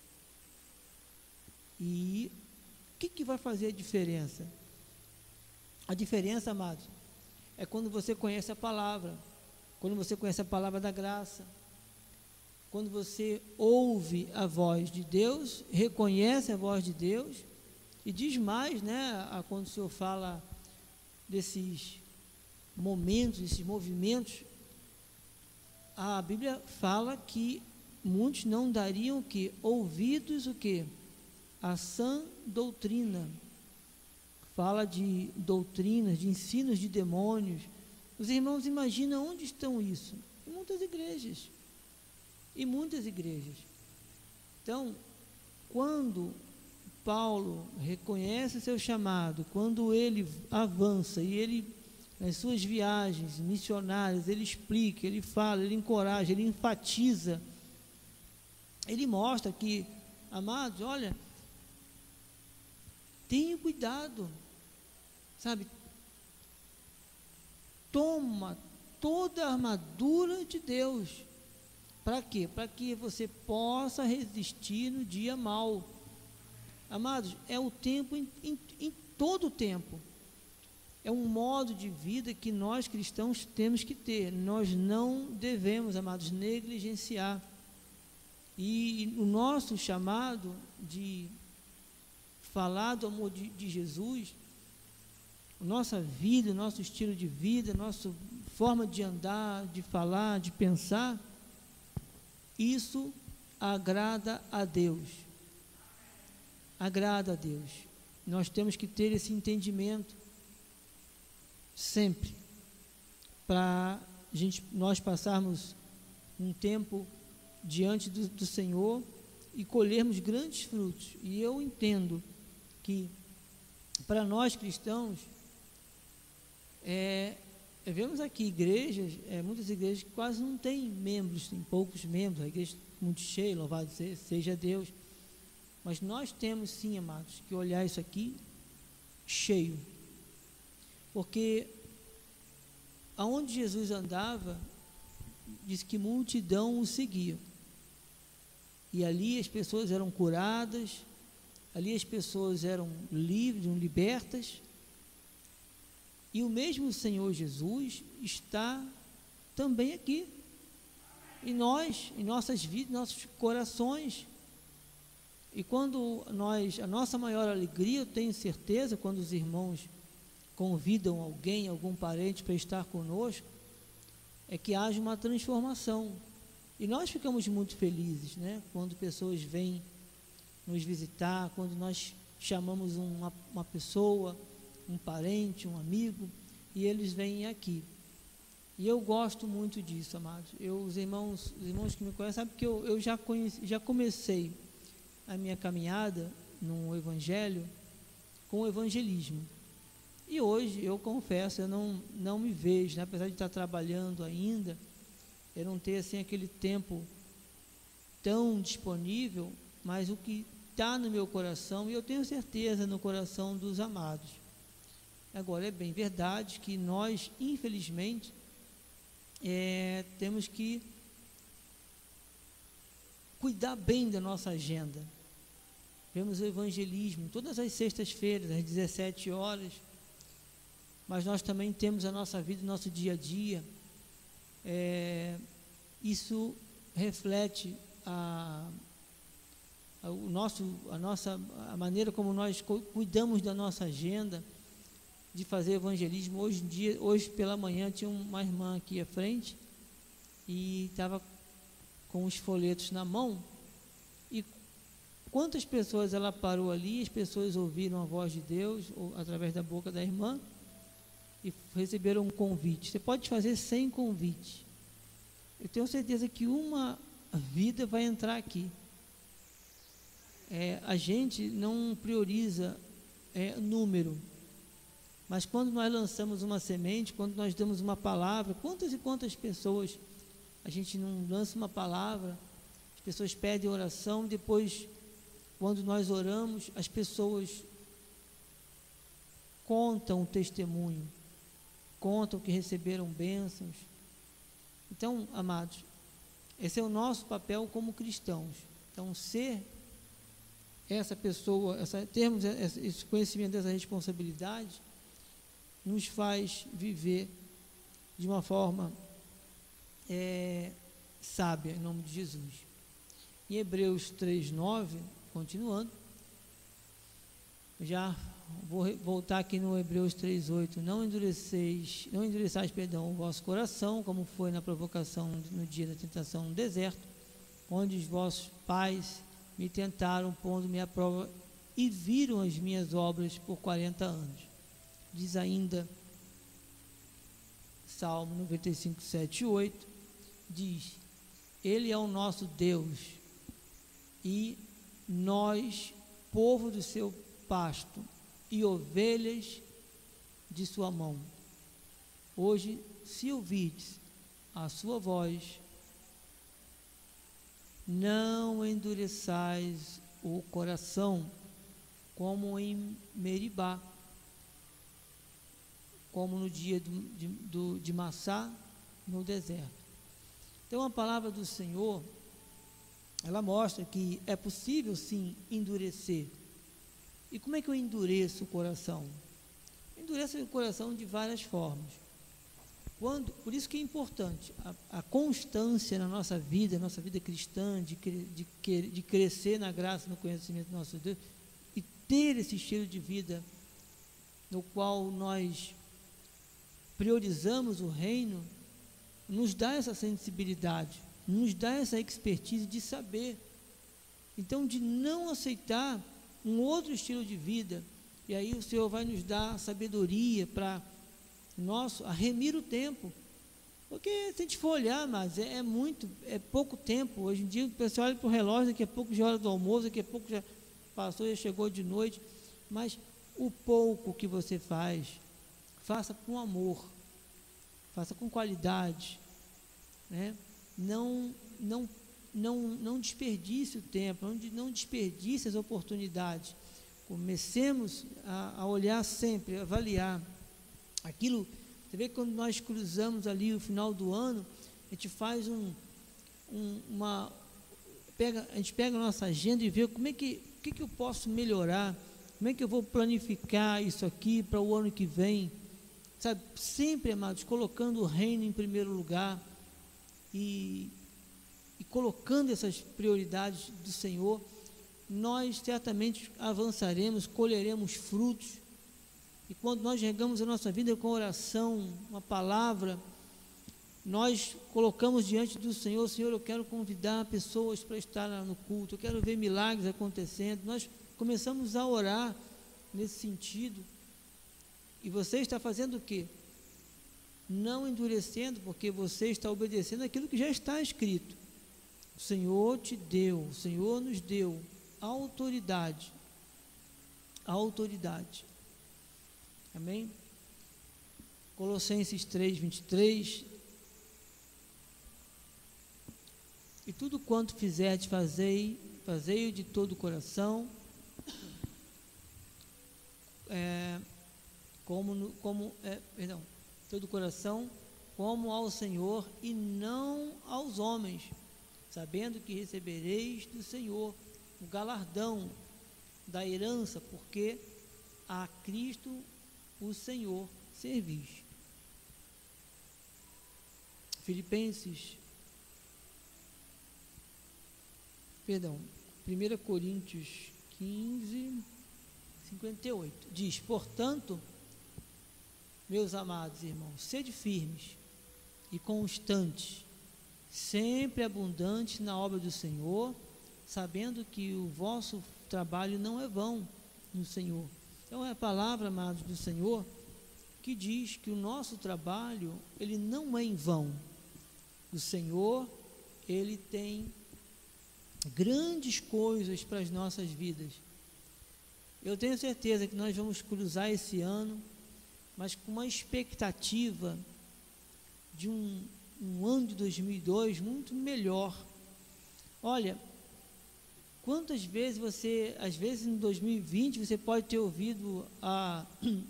E o que, que vai fazer a diferença? A diferença, amados, é quando você conhece a palavra, quando você conhece a palavra da graça, quando você ouve a voz de Deus, reconhece a voz de Deus, e diz mais, né, a, quando o Senhor fala desses momentos, esses movimentos, a Bíblia fala que muitos não dariam o quê? Ouvidos o quê? A sã doutrina. Fala de doutrinas, de ensinos de demônios, Os irmãos imaginam onde estão isso? Em muitas igrejas. Em muitas igrejas. Então, quando Paulo reconhece seu chamado, quando ele avança e ele, nas suas viagens missionárias, ele explica, ele fala, ele encoraja, ele enfatiza, ele mostra que, amados, olha, tenha cuidado, sabe, toma toda a armadura de Deus. Para quê? Para que você possa resistir no dia mau. Amados, é o tempo em, em, em todo o tempo. É um modo de vida que nós cristãos temos que ter. Nós não devemos, amados, negligenciar. E, e o nosso chamado de falar do amor de, de Jesus, a nossa vida, o nosso estilo de vida, a nossa forma de andar, de falar, de pensar, isso agrada a Deus. Agrada a Deus. Nós temos que ter esse entendimento sempre, para gente, nós passarmos um tempo diante do, do Senhor e colhermos grandes frutos. E eu entendo que para nós cristãos, é, vemos aqui igrejas, é, muitas igrejas que quase não têm membros, tem poucos membros, a igreja muito cheia, louvado seja Deus. Mas nós temos sim, amados, que olhar isso aqui cheio. Porque aonde Jesus andava, diz que multidão o seguia. E ali as pessoas eram curadas, ali as pessoas eram livres, eram libertas. E o mesmo Senhor Jesus está também aqui. Em nós, em nossas vidas, nossos corações. E quando nós, a nossa maior alegria, eu tenho certeza, quando os irmãos convidam alguém, algum parente para estar conosco, é que haja uma transformação. E nós ficamos muito felizes, né? Quando pessoas vêm nos visitar, quando nós chamamos uma, uma pessoa, um parente, um amigo, e eles vêm aqui. E eu gosto muito disso, amados. Eu, os irmãos, os irmãos que me conhecem sabem que eu, eu já, conheci, já comecei a minha caminhada no Evangelho com o evangelismo. E hoje, eu confesso, eu não, não me vejo, né? Apesar de estar trabalhando ainda, eu não ter assim aquele tempo tão disponível, mas o que está no meu coração, e eu tenho certeza no coração dos amados. Agora, é bem verdade que nós, infelizmente, é, temos que cuidar bem da nossa agenda. Vemos o evangelismo todas as sextas-feiras, às dezessete horas, mas nós também temos a nossa vida, o nosso dia a dia. É, isso reflete a, a, o nosso, a, nossa, a maneira como nós cuidamos da nossa agenda de fazer evangelismo. Hoje em dia, hoje pela manhã, tinha uma irmã aqui à frente e estava com os folhetos na mão, e quantas pessoas ela parou ali, as pessoas ouviram a voz de Deus ou, através da boca da irmã, e receberam um convite. Você pode fazer sem convite. Eu tenho certeza que uma vida vai entrar aqui. É, a gente não prioriza é, número, mas quando nós lançamos uma semente, quando nós damos uma palavra, quantas e quantas pessoas a gente não lança uma palavra, as pessoas pedem oração, depois, quando nós oramos, as pessoas contam o testemunho, contam que receberam bênçãos. Então, amados, esse é o nosso papel como cristãos. Então, ser essa pessoa, essa, termos esse conhecimento dessa responsabilidade, nos faz viver de uma forma é, sábia, em nome de Jesus. Em Hebreus três, nove, continuando, já vou voltar aqui no Hebreus três, oito, não endureceis, não endureçais, perdão, o vosso coração, como foi na provocação no dia da tentação no deserto, onde os vossos pais me tentaram, pondo-me à prova, e viram as minhas obras por quarenta anos. Diz ainda, Salmo noventa e cinco, sete e oito, diz: Ele é o nosso Deus e nós, povo do seu pasto e ovelhas de sua mão. Hoje, se ouvides a sua voz, não endureçais o coração, como em Meribá, como no dia do, de, do, de Massá, no deserto. Então, a palavra do Senhor, ela mostra que é possível, sim, endurecer. E como é que eu endureço o coração? Eu endureço o coração de várias formas. Quando, por isso que é importante a, a constância na nossa vida, nossa vida cristã, de, de, de crescer na graça e no conhecimento do nosso Deus, e ter esse estilo de vida no qual nós priorizamos o reino, nos dá essa sensibilidade, nos dá essa expertise de saber. Então, de não aceitar um outro estilo de vida, e aí o Senhor vai nos dar sabedoria para nosso, a remir o tempo, porque se a gente for olhar, mas é, é muito, é pouco tempo. Hoje em dia o pessoal olha para o relógio, daqui a pouco já é hora do almoço, daqui a pouco já passou, já chegou de noite, mas o pouco que você faz, faça com amor, faça com qualidade, né? não, não, não, não desperdice o tempo, não, não desperdice as oportunidades. Comecemos a, a olhar sempre, a avaliar aquilo. Você vê que quando nós cruzamos ali o final do ano, a gente faz um, um uma, pega, a gente pega a nossa agenda e vê como é que, o que, que eu posso melhorar, como é que eu vou planificar isso aqui para o ano que vem, sabe, sempre, amados, colocando o reino em primeiro lugar e, e colocando essas prioridades do Senhor, nós certamente avançaremos, colheremos frutos. E quando nós regamos a nossa vida com oração, uma palavra, nós colocamos diante do Senhor: Senhor, eu quero convidar pessoas para estar no culto, eu quero ver milagres acontecendo. Nós começamos a orar nesse sentido. E você está fazendo o quê? Não endurecendo, porque você está obedecendo aquilo que já está escrito. O Senhor te deu, o Senhor nos deu autoridade. Autoridade. Amém? Colossenses três, vinte e três. E tudo quanto fizerdes, fazei, fazei-o de todo o coração, é, como, no, como é, perdão, todo o coração, como ao Senhor e não aos homens, sabendo que recebereis do Senhor o galardão da herança, porque a Cristo o Senhor servis. Filipenses, perdão, primeira Coríntios quinze, cinquenta e oito, diz: portanto, meus amados irmãos, sede firmes e constantes, sempre abundantes na obra do Senhor, sabendo que o vosso trabalho não é vão no Senhor. Então é a palavra, amados, do Senhor, que diz que o nosso trabalho, ele não é em vão. O Senhor, ele tem grandes coisas para as nossas vidas. Eu tenho certeza que nós vamos cruzar esse ano, mas com uma expectativa de um, um ano de dois mil e dois muito melhor. Olha, quantas vezes você, às vezes em dois mil e vinte, você pode ter ouvido a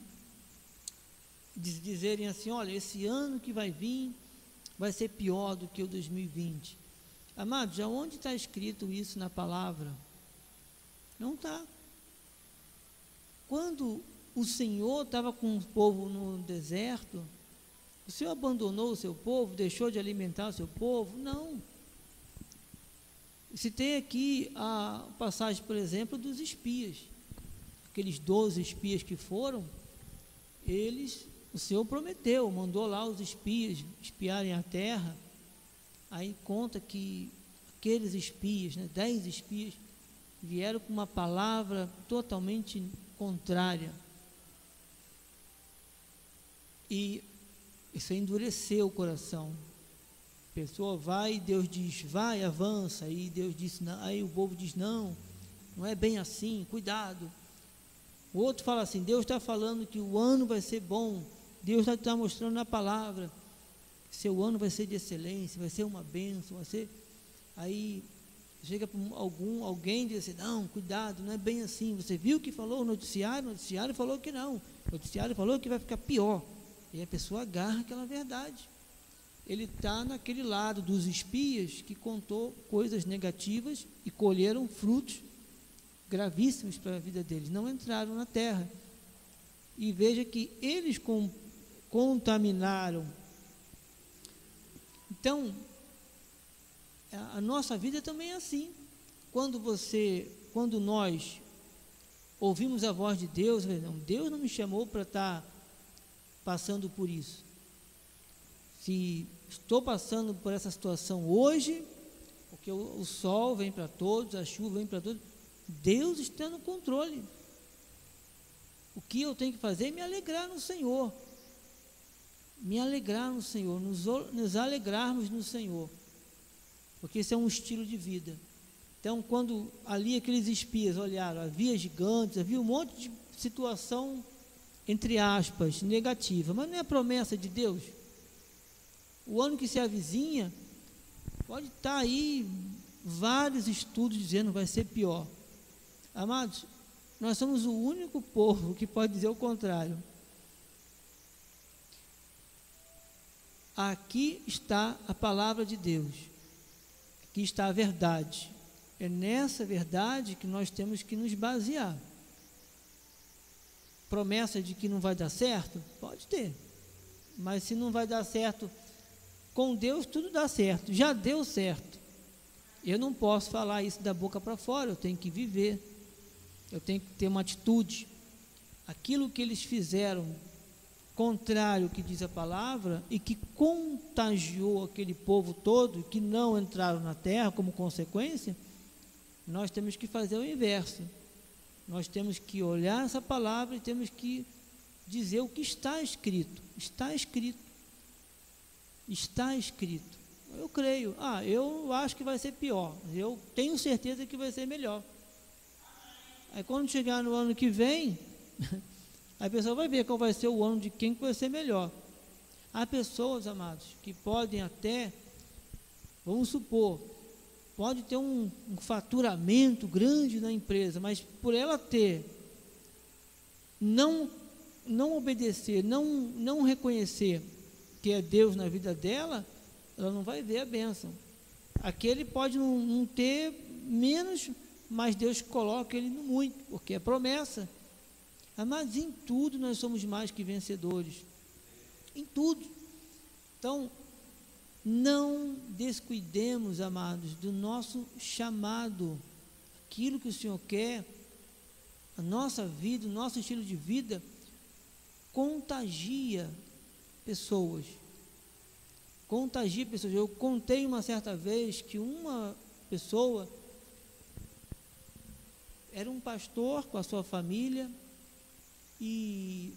dizerem assim: olha, esse ano que vai vir vai ser pior do que o dois mil e vinte. Amados, aonde está escrito isso na palavra? Não está. Quando o Senhor estava com o povo no deserto, o Senhor abandonou o seu povo, deixou de alimentar o seu povo? Não. Se tem aqui a passagem, por exemplo, dos espias, aqueles doze espias que foram, eles, o Senhor prometeu, mandou lá os espias espiarem a terra. Aí conta que aqueles espias, né, dez espias, vieram com uma palavra totalmente contrária. E Isso é endurecer o coração. A pessoa vai e Deus diz, vai, avança, aí Deus diz, não, aí o povo diz, não, não é bem assim, cuidado. O outro fala assim, Deus está falando que o ano vai ser bom, Deus está mostrando na palavra, que seu ano vai ser de excelência, vai ser uma bênção, vai ser, aí chega para algum, alguém e diz assim, não, cuidado, não é bem assim, você viu o que falou o noticiário, o noticiário falou que não, o noticiário falou que vai ficar pior, e a pessoa agarra aquela verdade. Ele está naquele lado dos espias que contou coisas negativas e colheram frutos gravíssimos para a vida deles, não entraram na terra. E veja que eles com, contaminaram. Então, a, a nossa vida também é assim. Quando você, quando nós ouvimos a voz de Deus, não, Deus não me chamou para estar passando por isso. Se estou passando por essa situação hoje, porque o, o sol vem para todos, a chuva vem para todos, Deus está no controle. O que eu tenho que fazer é me alegrar no Senhor. Me alegrar no Senhor, nos, nos alegrarmos no Senhor. Porque esse é um estilo de vida. Então, quando ali aqueles espias olharam, havia gigantes, havia um monte de situação, entre aspas, negativa, mas não é a promessa de Deus. O ano que se avizinha, pode estar aí vários estudos dizendo que vai ser pior. Amados, nós somos o único povo que pode dizer o contrário. Aqui está a palavra de Deus, aqui está a verdade. É nessa verdade que nós temos que nos basear. Promessa de que não vai dar certo? Pode ter, mas se não vai dar certo, com Deus tudo dá certo, já deu certo. Eu não posso falar isso da boca para fora, eu tenho que viver, eu tenho que ter uma atitude. Aquilo que eles fizeram, contrário ao que diz a palavra, e que contagiou aquele povo todo, que não entraram na terra como consequência, nós temos que fazer o inverso. Nós temos que olhar essa palavra e temos que dizer o que está escrito. Está escrito. Está escrito. Eu creio. Ah, eu acho que vai ser pior. Eu tenho certeza que vai ser melhor. Aí quando chegar no ano que vem, a pessoa vai ver qual vai ser o ano de quem que vai ser melhor. Há pessoas, amados, que podem até, vamos supor, pode ter um, um faturamento grande na empresa, mas por ela ter, não, não obedecer, não, não reconhecer que é Deus na vida dela, ela não vai ver a bênção. Aquele pode não, não ter menos, mas Deus coloca ele no muito, porque é promessa. Mas em tudo nós somos mais que vencedores, em tudo. Então, não descuidemos, amados, do nosso chamado, aquilo que o Senhor quer, a nossa vida, o nosso estilo de vida, contagia pessoas, contagia pessoas. Eu contei uma certa vez que uma pessoa era um pastor com a sua família, e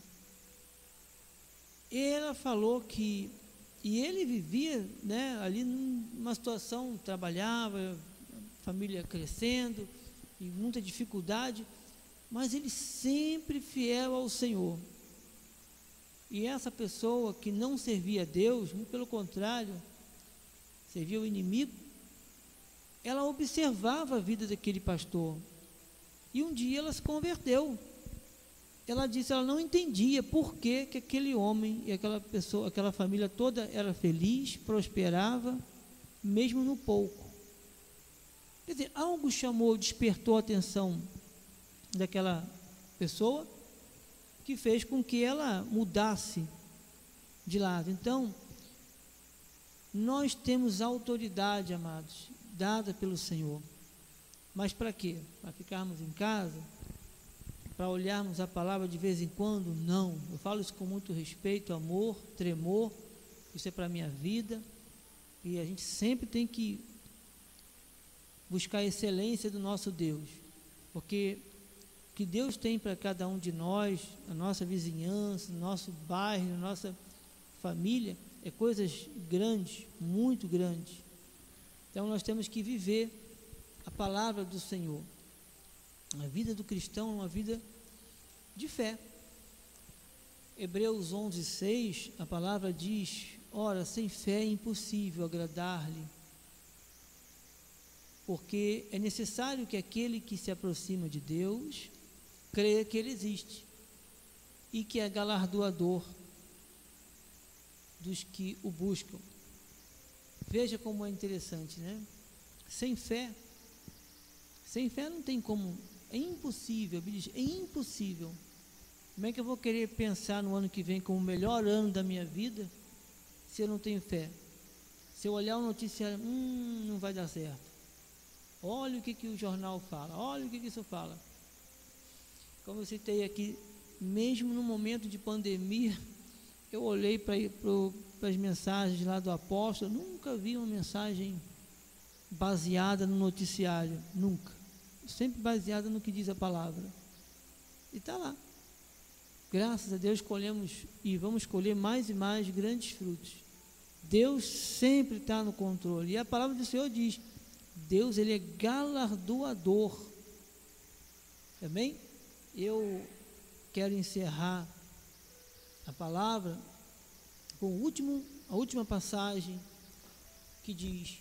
ela falou que, e ele vivia, né, ali numa situação, trabalhava, família crescendo, e muita dificuldade, mas ele sempre fiel ao Senhor. E essa pessoa que não servia a Deus, muito pelo contrário, servia o inimigo, ela observava a vida daquele pastor, e um dia ela se converteu. Ela disse, ela não entendia por que, que aquele homem e aquela pessoa, aquela família toda era feliz, prosperava, mesmo no pouco. Quer dizer, algo chamou, despertou a atenção daquela pessoa, que fez com que ela mudasse de lado. Então, nós temos autoridade, amados, dada pelo Senhor. Mas para quê? Para ficarmos em casa? Para olharmos a palavra de vez em quando? Não. Eu falo isso com muito respeito, amor, tremor. Isso é para a minha vida. E a gente sempre tem que buscar a excelência do nosso Deus. Porque o que Deus tem para cada um de nós, a nossa vizinhança, nosso bairro, a nossa família, é coisas grandes, muito grandes. Então nós temos que viver a palavra do Senhor. A vida do cristão é uma vida de fé. Hebreus onze, seis, a palavra diz: ora, sem fé é impossível agradar-lhe, porque é necessário que aquele que se aproxima de Deus creia que Ele existe e que é galardoador dos que o buscam. Veja como é interessante, né? Sem fé, sem fé não tem como, é impossível, é impossível. Como é que eu vou querer pensar no ano que vem como o melhor ano da minha vida se eu não tenho fé? Se eu olhar o noticiário, hum, não vai dar certo. Olha o que, que o jornal fala, olha o que, que isso fala. Como eu citei aqui, mesmo no momento de pandemia, eu olhei para as mensagens lá do apóstolo, nunca vi uma mensagem baseada no noticiário, nunca. Sempre baseada no que diz a palavra. E está lá. Graças a Deus colhemos e vamos colher mais e mais grandes frutos. Deus sempre está no controle. E a palavra do Senhor diz: Deus, Ele é galardoador. Amém? Eu quero encerrar a palavra com o último, a última passagem que diz: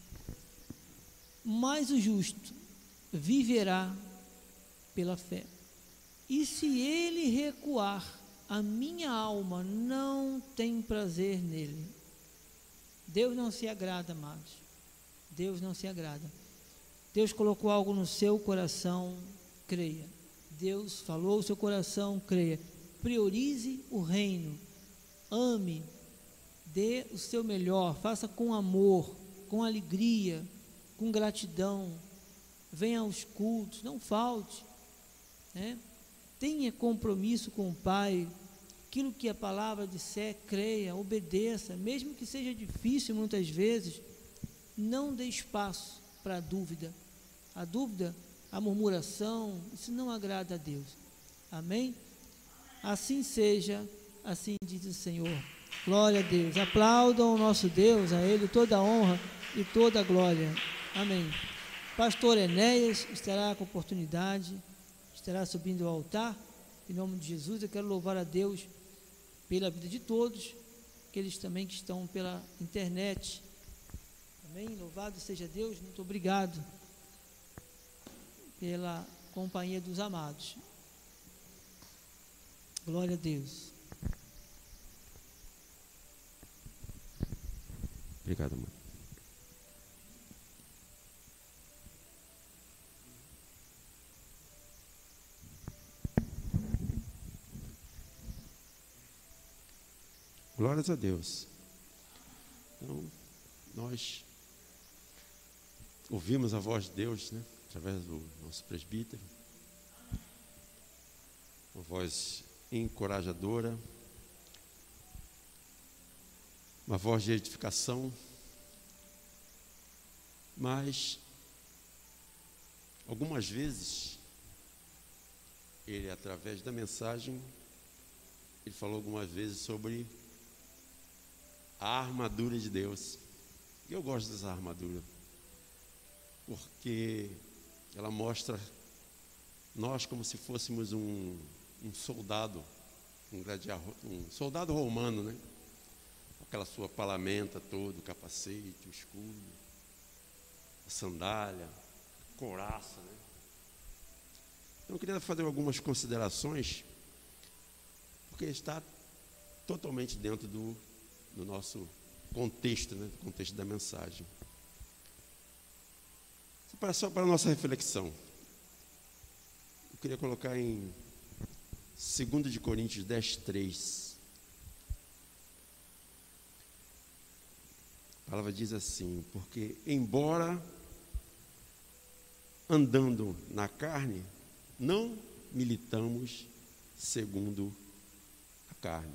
mas o justo viverá pela fé. E se ele recuar, a minha alma não tem prazer nele. Deus não se agrada, amados. Deus não se agrada. Deus colocou algo no seu coração, creia. Deus falou o seu coração, creia. Priorize o reino. Ame. Dê o seu melhor. Faça com amor, com alegria, com gratidão. Venha aos cultos, não falte, né? Tenha compromisso com o Pai. Aquilo que a palavra disser, creia, obedeça, mesmo que seja difícil muitas vezes. Não dê espaço para a dúvida. A dúvida, a murmuração, isso não agrada a Deus. Amém? Assim seja, assim diz o Senhor. Glória a Deus. Aplaudam o nosso Deus, a Ele toda a honra e toda a glória. Amém. Pastor Enéas estará com oportunidade, estará subindo ao altar. Em nome de Jesus, eu quero louvar a Deus pela vida de todos, aqueles também que estão pela internet. Amém? Louvado seja Deus, muito obrigado pela companhia dos amados. Glória a Deus. Obrigado, mãe. Glórias a Deus. Então, nós ouvimos a voz de Deus, né, através do nosso presbítero, uma voz encorajadora, uma voz de edificação, mas algumas vezes ele, através da mensagem, ele falou algumas vezes sobre a armadura de Deus. E eu gosto dessa armadura, porque ela mostra nós como se fôssemos um, um soldado, um, gladiador, um soldado romano, né? Aquela sua palamenta toda, o capacete, o escudo, a sandália, a couraça, né? Então eu queria fazer algumas considerações, porque está totalmente dentro do, do nosso contexto, né? Do contexto da mensagem. Só para a nossa reflexão, eu queria colocar em dois de Coríntios dez, três. A palavra diz assim: porque embora andando na carne, não militamos segundo a carne.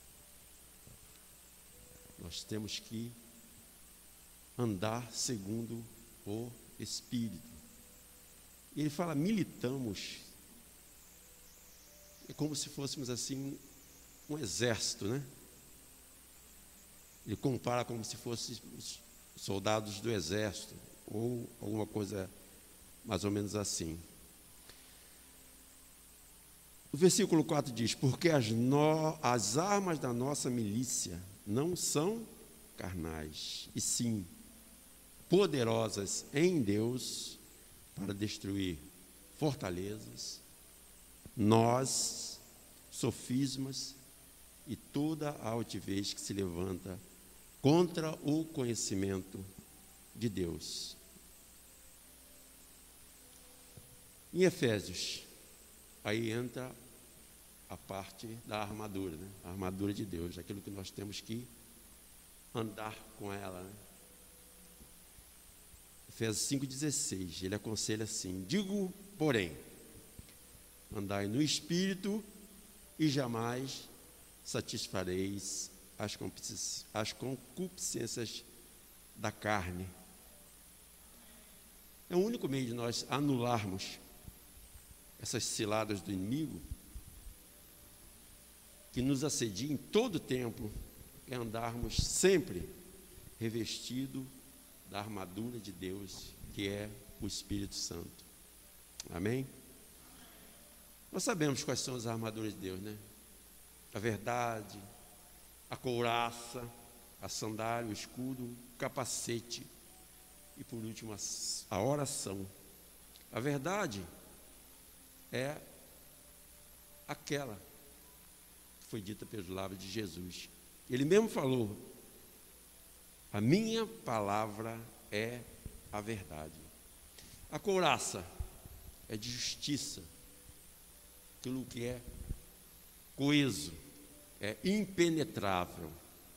Nós temos que andar segundo o Espírito. Ele fala militamos, é como se fôssemos assim um exército, né? Ele compara como se fossem os soldados do exército, ou alguma coisa mais ou menos assim. O versículo quatro diz: porque as, no, as armas da nossa milícia não são carnais, e sim poderosas em Deus para destruir fortalezas, nós, sofismas e toda a altivez que se levanta contra o conhecimento de Deus. Em Efésios, aí entra a parte da armadura, né? A armadura de Deus, aquilo que nós temos que andar com ela, né? Efésios cinco dezesseis, ele aconselha assim: digo, porém, andai no Espírito e jamais satisfareis as, as concupiscências da carne. É o único meio de nós anularmos essas ciladas do inimigo que nos assedia em todo o tempo, é andarmos sempre revestido da armadura de Deus, que é o Espírito Santo. Amém? Nós sabemos quais são as armaduras de Deus, né? A verdade, a couraça, a sandália, o escudo, o capacete e, por último, a oração. A verdade é aquela que foi dita pelos lábios de Jesus. Ele mesmo falou: a minha palavra é a verdade. A couraça é de justiça, aquilo que é coeso, é impenetrável.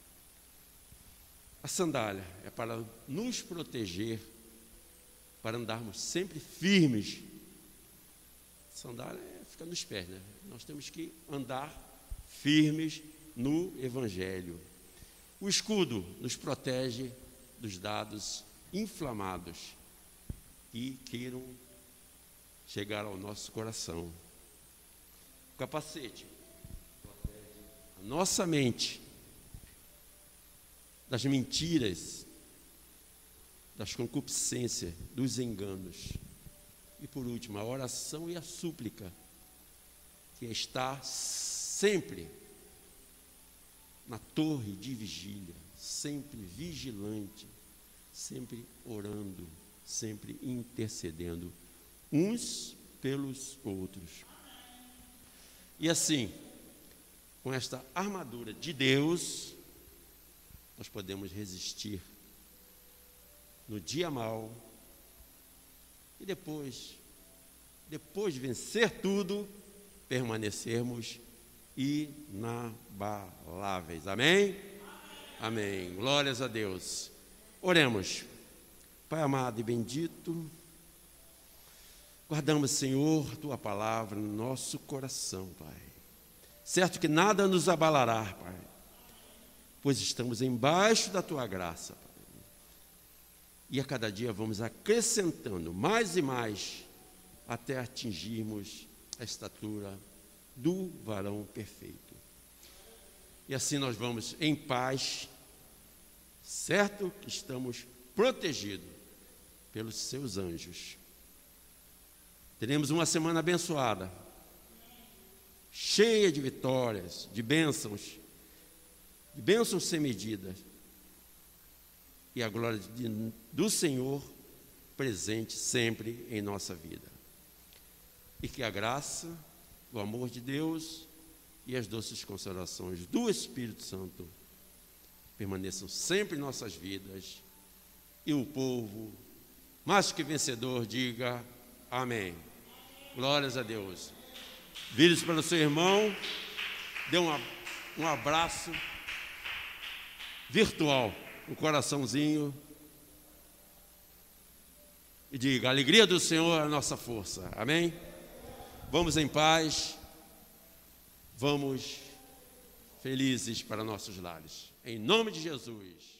A sandália é para nos proteger, para andarmos sempre firmes. A sandália é, fica nos pés, né? Nós temos que andar firmes no Evangelho. O escudo nos protege dos dados inflamados que queiram chegar ao nosso coração. O capacete protege a nossa mente das mentiras, das concupiscências, dos enganos. E por último, a oração e a súplica, que é estar sempre na torre de vigília, sempre vigilante, sempre orando, sempre intercedendo uns pelos outros. E assim, com esta armadura de Deus, nós podemos resistir no dia mau e depois, depois de vencer tudo, permanecermos inabaláveis. Amém? Amém. Glórias a Deus. Oremos. Pai amado e bendito, guardamos, Senhor, Tua palavra no nosso coração, Pai. Certo que nada nos abalará, Pai, pois estamos embaixo da Tua graça, Pai. E a cada dia vamos acrescentando mais e mais até atingirmos a estatura do varão perfeito. E assim nós vamos em paz, certo que estamos protegidos pelos seus anjos. Teremos uma semana abençoada, cheia de vitórias, de bênçãos, de bênçãos sem medida, e a glória de, do Senhor presente sempre em nossa vida. E que a graça, o amor de Deus e as doces consolações do Espírito Santo permaneçam sempre em nossas vidas, e o povo mais que vencedor diga amém. Glórias a Deus. Vire-se para o seu irmão, dê um, um abraço virtual, um coraçãozinho, e diga: a alegria do Senhor é a nossa força. Amém? Vamos em paz, vamos felizes para nossos lares. Em nome de Jesus.